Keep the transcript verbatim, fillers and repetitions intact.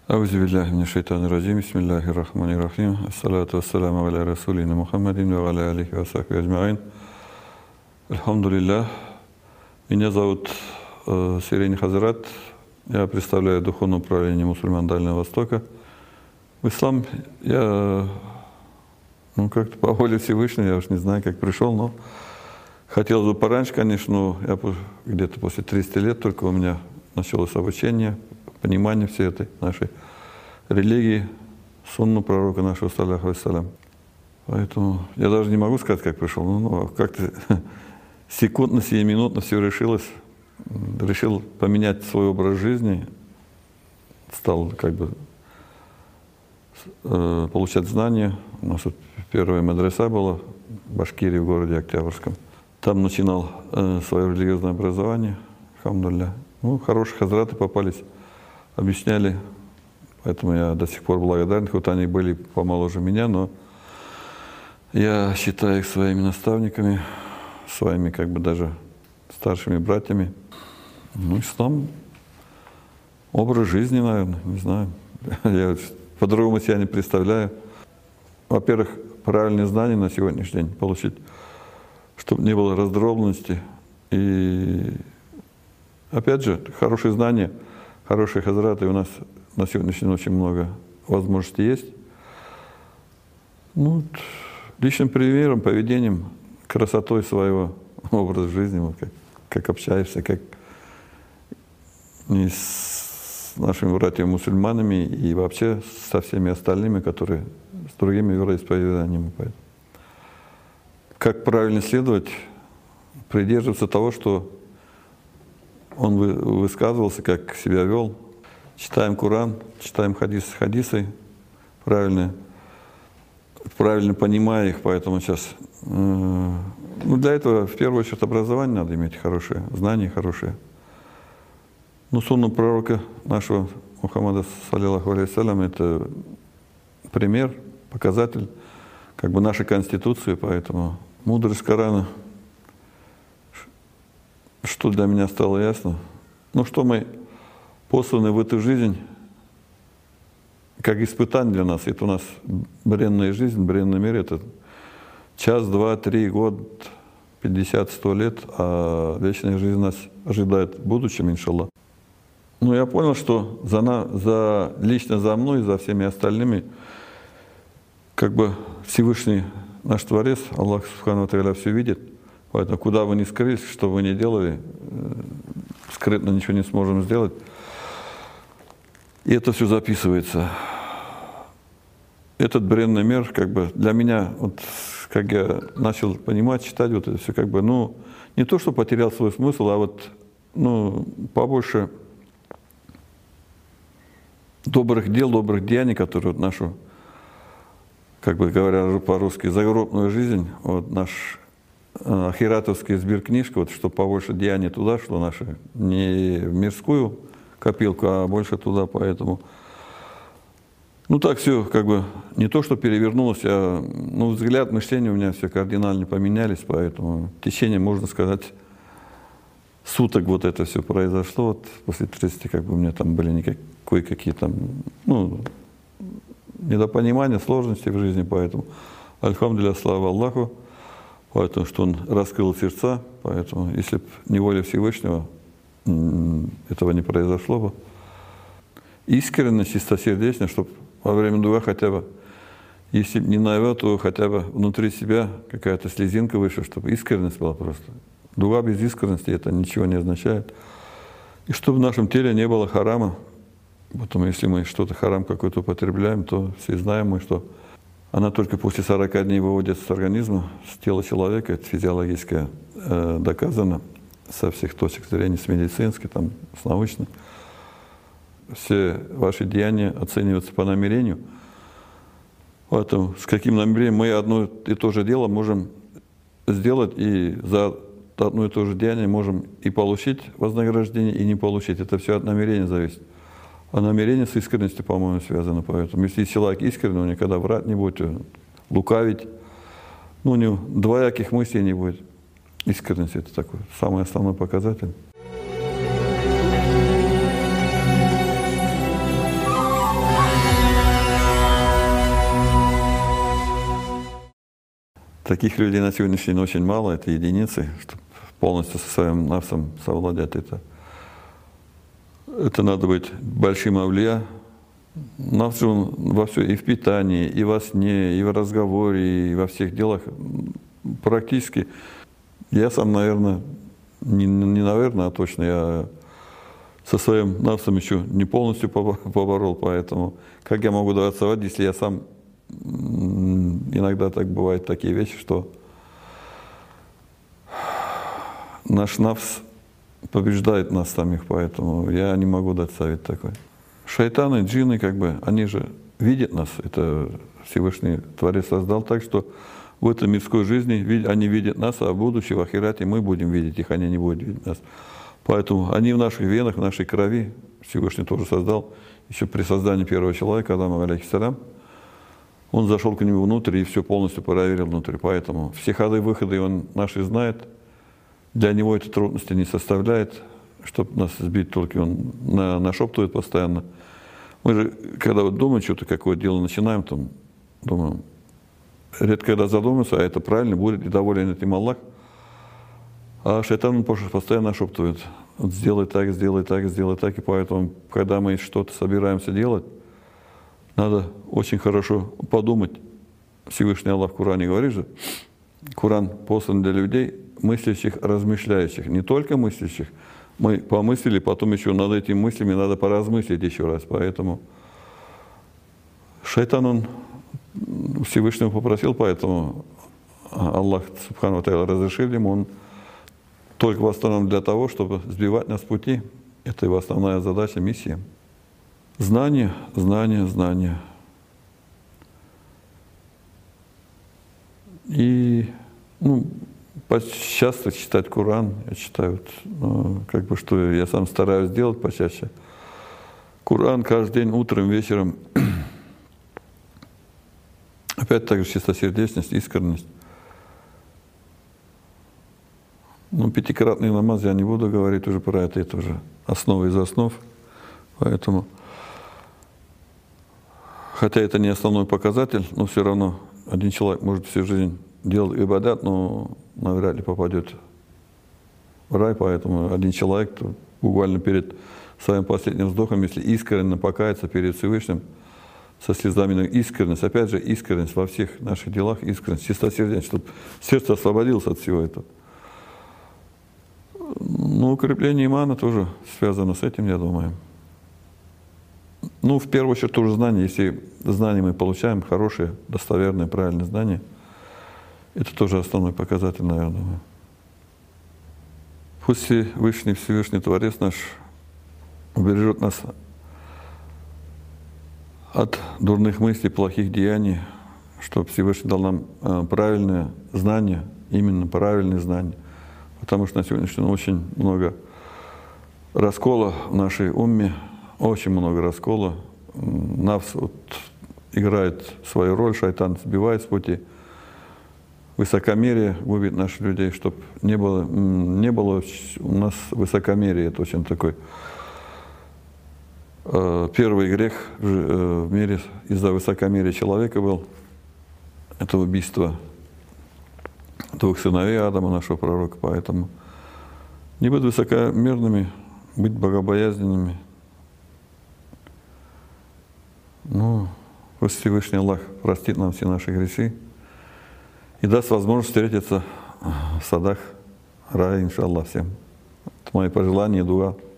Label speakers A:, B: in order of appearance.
A: Аузу биллахи минаш шайтанир раджим. Бисмиллахир рахманир рахим. Ассалату вассаламу аля расулина Мухаммадин ва аля алихи ва сахбихи аджмаин. Альхамдулиллах. Меня зовут э, Сирень Хазрат. Я представляю Духовное управление мусульман Дальнего Востока. В ислам я, ну, как-то по воле Всевышнего, я уж не знаю, как пришел, но хотел бы пораньше, конечно, но я где-то после тридцати лет только у меня началось обучение, понимание всей этой нашей религии, сунну пророка нашего, саллаллаху алейхи ва саллям. Поэтому я даже не могу сказать, как пришел, но ну, как-то секундно, сиюминутно все решилось. Решил поменять свой образ жизни, стал как бы э, получать знания. У нас вот первая медресе была в Башкирии, в городе Октябрьском. Там начинал э, свое религиозное образование, альхамдулилля. Ну, хорошие хазраты попались, объясняли, поэтому я до сих пор благодарен, хоть они были помоложе меня, но я считаю их своими наставниками, своими как бы даже старшими братьями. Ну, ислам, образ жизни, наверное, не знаю. Я по-другому себя не представляю. Во-первых, правильные знания на сегодняшний день получить, чтобы не было раздробленности. И опять же, хорошие знания, хорошие хазраты у нас на сегодняшний день очень много возможностей есть. Ну, личным примером, поведением, красотой своего образа жизни, вот как, как общаешься, как и с нашими братьями-мусульманами и вообще со всеми остальными, которые с другими вероисповеданиями. Как правильно следовать, придерживаться того, что он высказывался, как себя вел. Читаем Коран, читаем хадис, хадисы правильно, правильно понимая их, поэтому сейчас э, ну, для этого в первую очередь образование надо иметь хорошее, знания хорошие. Ну, сунна пророка нашего Мухаммада, саллаллаху алейхи ва саллям, это пример, показатель как бы нашей конституции, поэтому мудрость Корана, что для меня стало ясно, ну, что мы посланы в эту жизнь как испытание для нас. Это у нас бренная жизнь, бренный мир, это час, два, три, год, пятьдесят, сто лет, а вечная жизнь нас ожидает в будущем, иншаллах. Ну, я понял, что за, на, за, лично за мной и за всеми остальными, как бы Всевышний наш Творец, Аллах Субхану ва Тааля, все видит. Поэтому куда вы ни скрылись, что вы ни делали, скрытно ничего не сможем сделать. И это все записывается. Этот бренный мир, как бы для меня, вот, как я начал понимать, читать, вот это все как бы, ну, не то, что потерял свой смысл, а вот, ну, побольше добрых дел, добрых деяний, которые вот нашу, как бы говоря по-русски, загробную жизнь, вот наш э, ахиратовский сберкнижка, вот, чтобы побольше деяний туда шло наше, не в мирскую копилку, а больше туда, поэтому, ну так все, как бы, не то, что перевернулось, а, ну, взгляд, мышление у меня все кардинально поменялись, поэтому в течение, можно сказать, суток вот это все произошло, вот после тридцати, как бы у меня там были никак, кое-какие там, ну, недопонимания, сложности в жизни, поэтому, альхамдулилля, слава Аллаху, поэтому, что Он раскрыл сердца, поэтому, если бы не воля Всевышнего, этого не произошло бы. Искренне, чистосердечно, чтобы во время дуа хотя бы, если не наяву, то хотя бы внутри себя какая-то слезинка вышла, чтобы искренность была просто. Дуа без искренности это ничего не означает. И чтобы в нашем теле не было харама. Потом, если мы что-то харам какой-то употребляем, то все знаем мы, что она только после сорока дней выводится с организма, с тела человека, это физиологически э, доказано со всех точек зрения, с медицинской, там, с научной. Все ваши деяния оцениваются по намерению. Поэтому с каким намерением мы одно и то же дело можем сделать, и за одно и то же деяние можем и получить вознаграждение, и не получить. Это все от намерения зависит. А намерение с искренностью, по-моему, связано. Поэтому если человек искренний, он никогда врать не будет, лукавить, ну, у него двояких мыслей не будет. Искренность — это такой самый основной показатель. Таких людей на сегодняшний день очень мало, это единицы, чтобы полностью со своим нафсом совладать это. Это надо быть большим авлия. Нафс он во все, и в питании, и во сне, и в разговоре, и во всех делах практически. Я сам, наверное, не, не наверное, а точно я со своим нафсом еще не полностью поборол, поэтому как я могу даваться в ад, если я сам иногда так бывают такие вещи, что наш нафс побеждает нас самих, поэтому я не могу дать совет такой. Шайтаны, джинны, как бы, они же видят нас, это Всевышний Творец создал так, что в этой мирской жизни они видят нас, а в будущем, в ахирате мы будем видеть их, они не будут видеть нас. Поэтому они в наших венах, в нашей крови, Всевышний тоже создал, еще при создании первого человека, Адама, алейхиссалям, он зашел к нему внутрь и все полностью проверил внутрь. Поэтому все ходы и выходы он наши знает. Для него это трудности не составляет, чтобы нас сбить, только он на, нашептывает постоянно. Мы же, когда вот думаем, что-то, какое дело начинаем, там, думаем, редко когда задумаемся, а это правильно, будет ли доволен этим Аллах. А шайтан он постоянно нашептывает, вот сделай так, сделай так, сделай так. И поэтому, когда мы что-то собираемся делать, надо очень хорошо подумать. Всевышний Аллах в Коране говорит же, Коран послан для людей, мыслящих, размышляющих, не только мыслящих. Мы помыслили, потом еще над этими мыслями надо поразмыслить еще раз. Поэтому шайтан, он Всевышнего попросил, поэтому Аллах Субхану ва Тааля разрешил ему, он только в основном для того, чтобы сбивать нас с пути. Это его основная задача, миссия. Знание, знание, знание. И ну, часто читать Коран, я читаю, ну, как бы, что я сам стараюсь делать почаще. Коран каждый день, утром, вечером. Опять так же чистосердечность, искренность. Ну, пятикратный намаз я не буду говорить уже про это, это уже основа из основ. Поэтому, хотя это не основной показатель, но все равно один человек может всю жизнь делать ибадат, но навряд ли попадет в рай. Поэтому один человек буквально перед своим последним вздохом, если искренне покаяться перед Всевышним, со слезами искренность, опять же искренность во всех наших делах, искренность, чистосердечность, чтобы сердце освободилось от всего этого. Ну, укрепление имана тоже связано с этим, я думаю. Ну, в первую очередь, тоже знание. Если знания мы получаем, хорошие, достоверные, правильные знания, это тоже основной показатель, наверное, думаю. Пусть Всевышний, Всевышний Творец наш убережет нас от дурных мыслей, плохих деяний, чтобы Всевышний дал нам правильные знания, именно правильные знания. Потому что на сегодняшний день очень много раскола в нашей умме, очень много раскола. Нафс вот играет свою роль, шайтан сбивает с пути. Высокомерие губит наших людей, чтобы не было, не было у нас высокомерия. Это очень такой э, первый грех в, э, в мире из-за высокомерия человека был. Это убийство двух сыновей Адама, нашего пророка. Поэтому не быть высокомерными, быть богобоязненными. Ну, пусть Всевышний Аллах простит нам все наши грехи и даст возможность встретиться в садах рая, иншаллах, всем. Это мои пожелания и дуа.